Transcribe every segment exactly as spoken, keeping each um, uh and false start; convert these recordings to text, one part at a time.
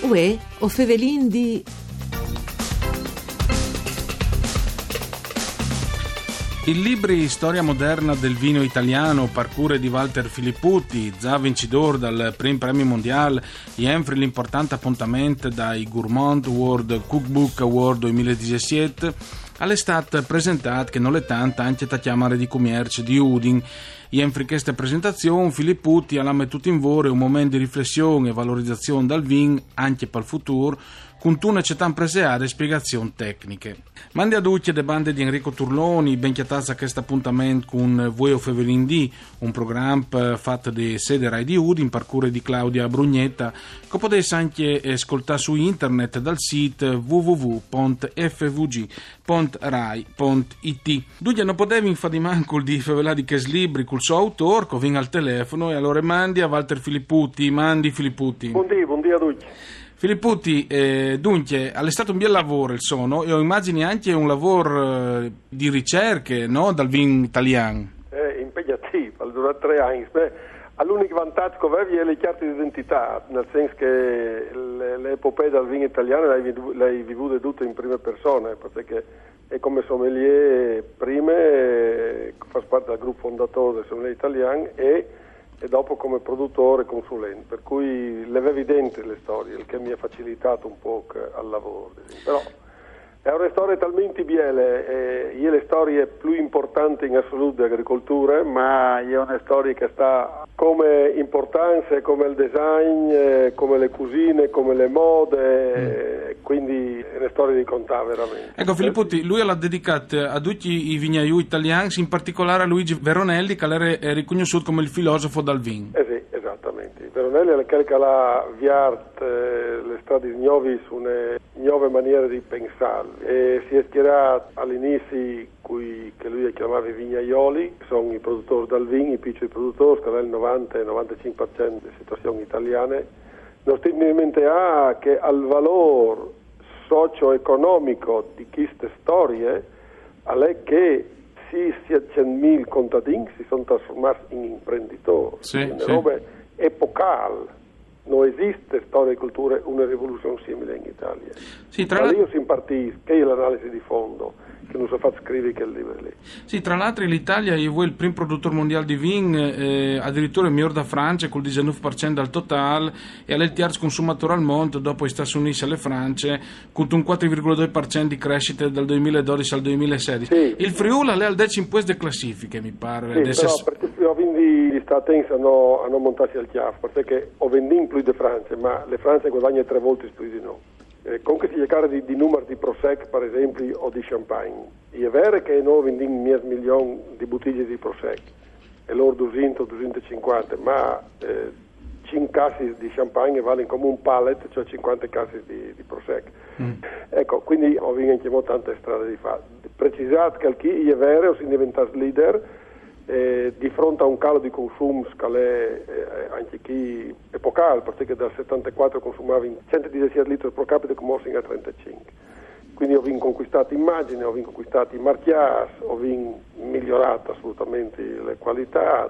Uè, o fevelin di... Il libri Storia moderna del vino italiano, parcure di Walter Filipputi, già vincitore dal Primo Premio Mondiale, sempre l'importante appuntamento dai Gourmand World Cookbook Award duemiladiciassette, all'estate presentato che non è tanta anche da chiamare di commercio di Udin. In questa presentazione Filipputi ha messo in vore un momento di riflessione e valorizzazione dal vin anche per il futuro, con una città preseare e spiegazioni tecniche. Mandi a tutti le bande di Enrico Turloni, ben chiatazza a questo appuntamento con Voi o Fevelin D, un programma fatto di sede Rai di Udin, in parcure di Claudia Brugnetta, che potete anche ascoltare su internet dal sito w w w punto f v g punto rai punto i t. Dunque non potevi infatti manco di fevelare di che libri col suo autore, che viene al telefono, e allora mandi a Walter Filipputi. Mandi Filipputi. Buondì, buondì a tutti. Filipputi, eh, dunque, è stato un bel lavoro il sono, e ho immagini anche un lavoro eh, di ricerche, no? Dal vin italiano. È impegnativo, durante tre anni. Beh, l'unico vantaggio che avevi è le carte d'identità, nel senso che le, le epopee del vino italiano le hai vivute tutte in prima persona, perché è come sommelier prima, fa parte del gruppo fondatore del sommelier italiano e e dopo come produttore e consulente, per cui le avevi dentro le storie, il che mi ha facilitato un po' al lavoro. Però è una storia talmente bella, eh, io le storie più importanti in assoluto di agricoltura, ma è una storia che sta come importanza, come il design, eh, come le cucine, come le mode, mm. eh, quindi è una storia di contare veramente. Ecco Filipputi, lui l'ha dedicato a tutti i vignaioli italiani, in particolare a Luigi Veronelli, che è riconosciuto come il filosofo dal vin. Eh sì, esattamente. Veronelli è quello che l'ha avviato eh, le strade nuove su una nuove maniere di pensare e si è schierato all'inizio cui, che lui chiamava i vignaioli, che sono i produttori dal vino, i piccoli produttori, che è il novanta novantacinque per cento delle situazioni italiane. Non sto in mente a che al valore socio-economico di queste storie è che centomila contadini si sono trasformati in imprenditori, sì, in sì. robe epocali. Non esiste storia e cultura una rivoluzione simile in Italia. Sì, tra Ma la... io simpatisco, che è l'analisi di fondo, che non si fa scrivere quel libro lì. Sì, tra l'altro l'Italia è il primo produttore mondiale di vin, eh, addirittura miglior da Francia, col diciannove per cento del totale, e è il terzo consumatore al mondo dopo gli Stati Uniti e le Francia, con un quattro virgola due per cento di crescita dal duemiladodici al duemilasedici. Sì. Il Friuli è al decimo posto delle classifiche, mi pare. Sì, però ses... perché io quindi gli stati hanno, hanno montato al chiaffo, perché ho venduto più di Francia, ma le Francia guadagnano tre volte più di noi. Eh, comunque si parla di, di numeri di Prosecco, per esempio, o di Champagne. È vero che noi vendiamo dieci milioni di bottiglie di Prosecco, e loro duecento duecentocinquanta, ma eh, cinque cassi di Champagne valgono come un pallet, cioè cinquanta cassi di, di Prosecco. Mm. Ecco, quindi ho vinto tante strade di fare. Precisato che chi è vero, si diventa leader, Eh, di fronte a un calo di consumo che è eh, anche qui epocale, perché dal settantaquattro consumava in centodiciassette litri pro capite come a trentacinque, quindi ho vinto conquistato immagine, ho vinto conquistato i marchias, ho vinto migliorato assolutamente le qualità,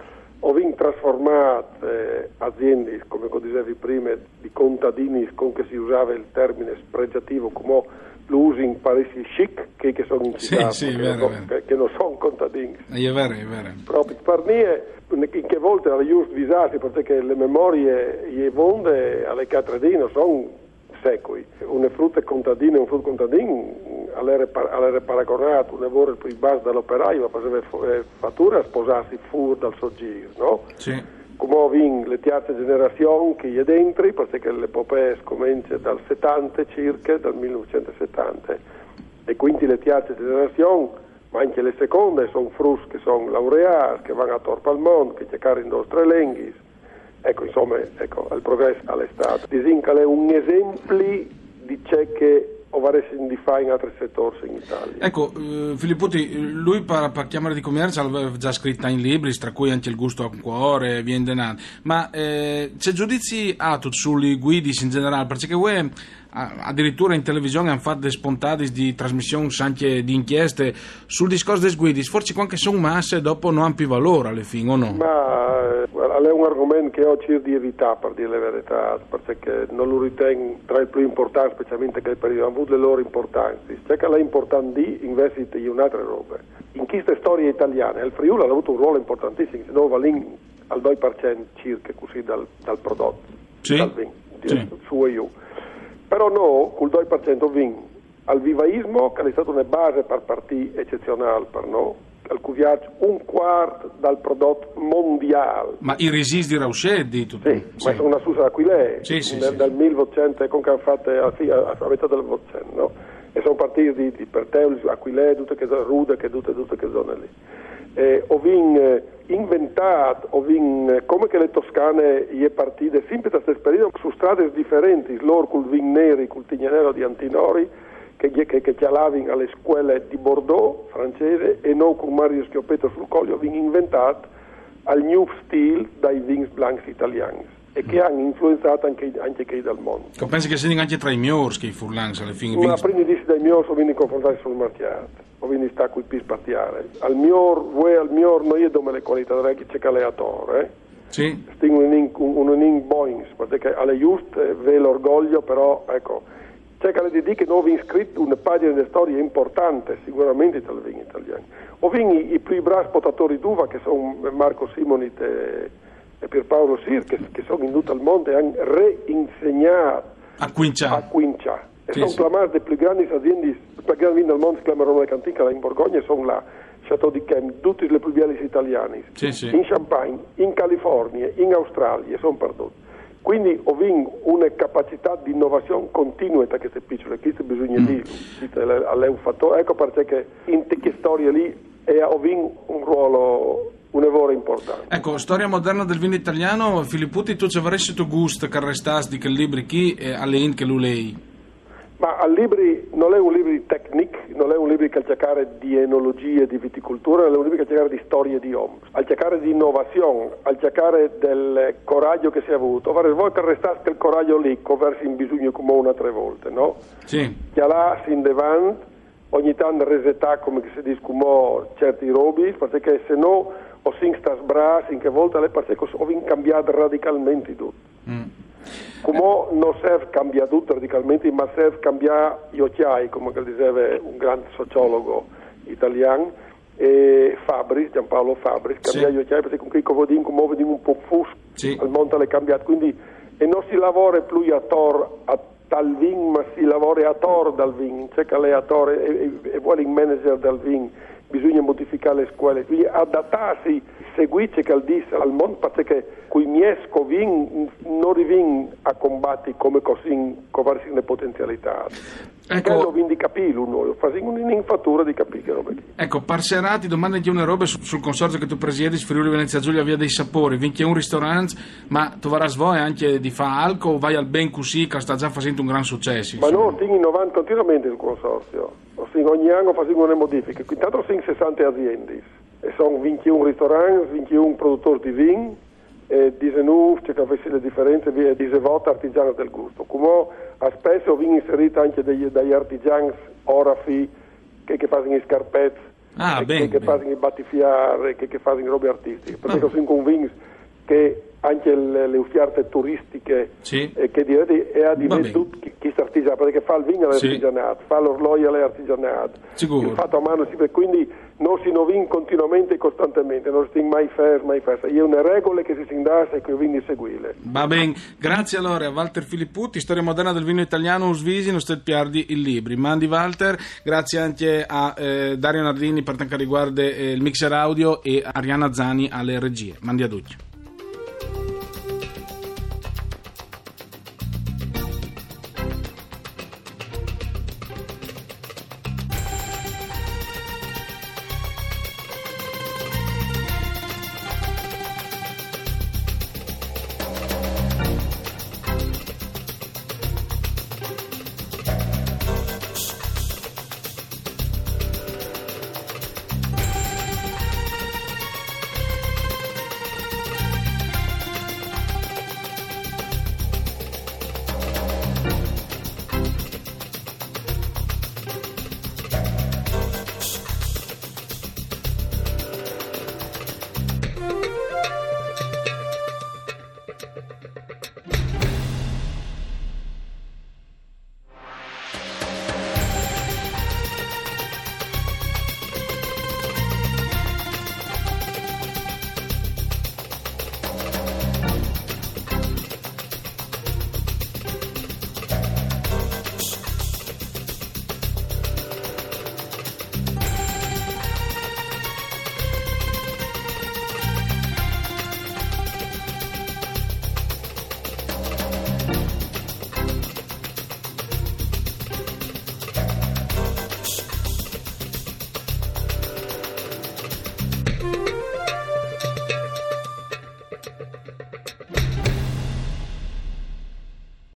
ho vinto trasformato eh, aziende, come dicevi prima, di contadini con che si usava il termine spregiativo come lo usi in paesi chic che, che sono in città, sì, sì, che, vero, non, vero. Che, che non sono contadini. È vero, è vero. Proprio per me, in che volte era giusto visarsi, perché le memorie e vonde alle catredine sono secoli. Una frutta contadina e un frutto contadino all'era paragonato, un lavoro più basso dall'operaio, ma faceva fattura a sposarsi fuori dal soggir, no? Sì. Come ho vinto le terze generazioni che è dentro, perché l'epopea comincia dal settanta circa, dal millenovecentosettanta, e quindi le terze generazioni, ma anche le seconde, sono frus che sono laureati, che vanno a torpo al mondo, che cercano in nostre lingue. Ecco, insomma, ecco, il progresso all'estate. Disinca è un esempio di ciò che ovaresi di fare in altri settori in Italia. Ecco, eh, Filipputi, lui per, per chiamare di commercio aveva già scritto in libri, tra cui anche il gusto a cuore, viene denaro, ma eh, c'è giudizi a tutti sulle guidi in generale, perché voi addirittura in televisione hanno fatto dei spontanei di trasmissioni anche di inchieste sul discorso dei guidi, forse qualche sono masse dopo non hanno più valore alle fine o no? Ma è un argomento che ho cercato di evitare, per dire la verità, perché non lo ritengo tra i più importanti, specialmente che il periodo hanno avuto le loro importanze. C'è che è importante di investire in un'altra roba. In queste storie italiane il Friuli ha avuto un ruolo importantissimo, se no va lì al due per cento circa così dal, dal prodotto, sì, dal vino, sì. Su e io. Però no, col due per cento vino al vivaismo, che è stata una base per partì eccezionale per noi, al cuviaggio un quarto dal prodotto mondiale. Ma i resisi di Rauschedi tutto. Sì, sì, ma sono una susa aquilea, sì, sì, nel, sì. dal milleottocento con che hanno fatto a, a, a metà del Novecento, no? E sono partiti di, di Perteuli, Aquilea, tutte che Ruda, che tutte, tutte che zone lì. Eh, ho vin eh, inventato, ho vin eh, come che le toscane gli è partite sempre da questo periodo su strade differenti, loro col vin neri, col tignanero di Antinori, che, che, che chialavano alle scuole di Bordeaux, francese, e non con Mario Schiopetto sul coglio, vin inventato al new style dai vins blancs italiani. E che hanno influenzato anche, anche quelli del mondo. Io penso che siano anche tra i migliori che i furlans alla fine. Ma prima di dai migliori sono venuti confrontati sul mercato, o venuti sta qui per spartiare. Al miglior, voi al miglior, noi abbiamo le qualità da che c'è l'aleatore, eh? Sì. Sting un un un in Boeing, perché alle just ve l'orgoglio, però ecco, c'è che di che non vi scritto una pagina di storia importante, sicuramente tra le vini italiane. O vini i più bravi potatori d'uva che sono Marco Simonit e e Pierpaolo Sir, che, che sono in tutto il mondo e hanno reinsegnato a Quincia. A Quincia. E sì, sono sì. chiamate le più grandi aziende, le più grandi vini del mondo si chiamano la Cantica, in Borgogna, e sono là. Chateau di Chem, tutte le più belle italiane, sì, sì. in Champagne, in California, in Australia, sono perduti. Quindi ho vinto una capacità di innovazione continua da queste piccole, questo bisogna mm. dire, è un fattore, ecco perché in queste storie lì e ho vinto un ruolo, un lavoro importante. Ecco, storia moderna del vino italiano, Filipputi, tu ci avresti tu gusto che restasse di che libri chi e alle in che lui lei? Ma al libri non è un libro di tecniche, non è un libro che cercare di enologia e di viticoltura, è un libro che cercare di storia di uomo, al cercare di innovazione, al cercare del coraggio che si è avuto. Fare voi che restasse il coraggio lì, coversi in bisogno come una tre volte, no? Sì. Che là si in davanti, ogni tanto resetà come si dice come certi robi, perché se no o si sta sbras, in che volta le perché ho cambiato radicalmente tutto. Mm. Come non serve cambiare tutto radicalmente, ma serve cambiare gli occhiai, come diceva un grande sociologo italiano, e Fabris, Giampaolo Fabris, cambiare sì. gli occhiai perché con quei covodini come vediamo un po' fusco, sì. al mondo l'è cambiato, quindi e non si lavora più a tor a tal vin, ma si lavora a tor dal vin, c'è che lei a tor e, e, e vuole il manager dal vin, bisogna modificare le scuole, quindi adattarsi, seguirci che al disse al mondo, perché qui miesco vin non rivin a combatti come così covarsi le potenzialità. Ecco, quello vin di capirlo noi, facciamo un'infattura di capire che roba. Ecco, Parserati, domanda di una roba sul, sul consorzio che tu presiedi, Friuli Venezia Giulia Via dei Sapori, vinchi un ristorante, ma tu varrai voi anche di fa alco o vai al ben così che sta già facendo un gran successo? Ma no, stiamo innovando continuamente il consorzio, ogni anno facciamo una modifica, intanto sono sessanta aziende, e sono ventuno ristoranti, ventuno produttori di vin, e diciannove c'è che avessi le differenze e diciotto artigiani del gusto. Come a spesso vengono inseriti anche degli, dagli artigiani orafi che, che fanno i scarpetti, ah, che, ben, che ben. fanno i battifiari, che, che fanno robe artistiche. Perché ah. sono convinto che anche le, le offerte turistiche sì. eh, che direi è a diventare chi, chi si artigiana, perché fa il vino all'artigianato, sì. fa l'orologio all'artigianato, sicuro. il fatto a mano, sì, quindi non si innovina continuamente e costantemente, non si mai fermo, mai fermo. Io una regola che si si indassa e che quindi seguire. Va bene, grazie allora a Walter Filipputi, storia moderna del vino italiano, Usvisi, non state piardi il libri. Mandi Walter, grazie anche a eh, Dario Nardini per quanto riguarda eh, il mixer audio e a Arianna Zani alle regie. Mandi a tutti.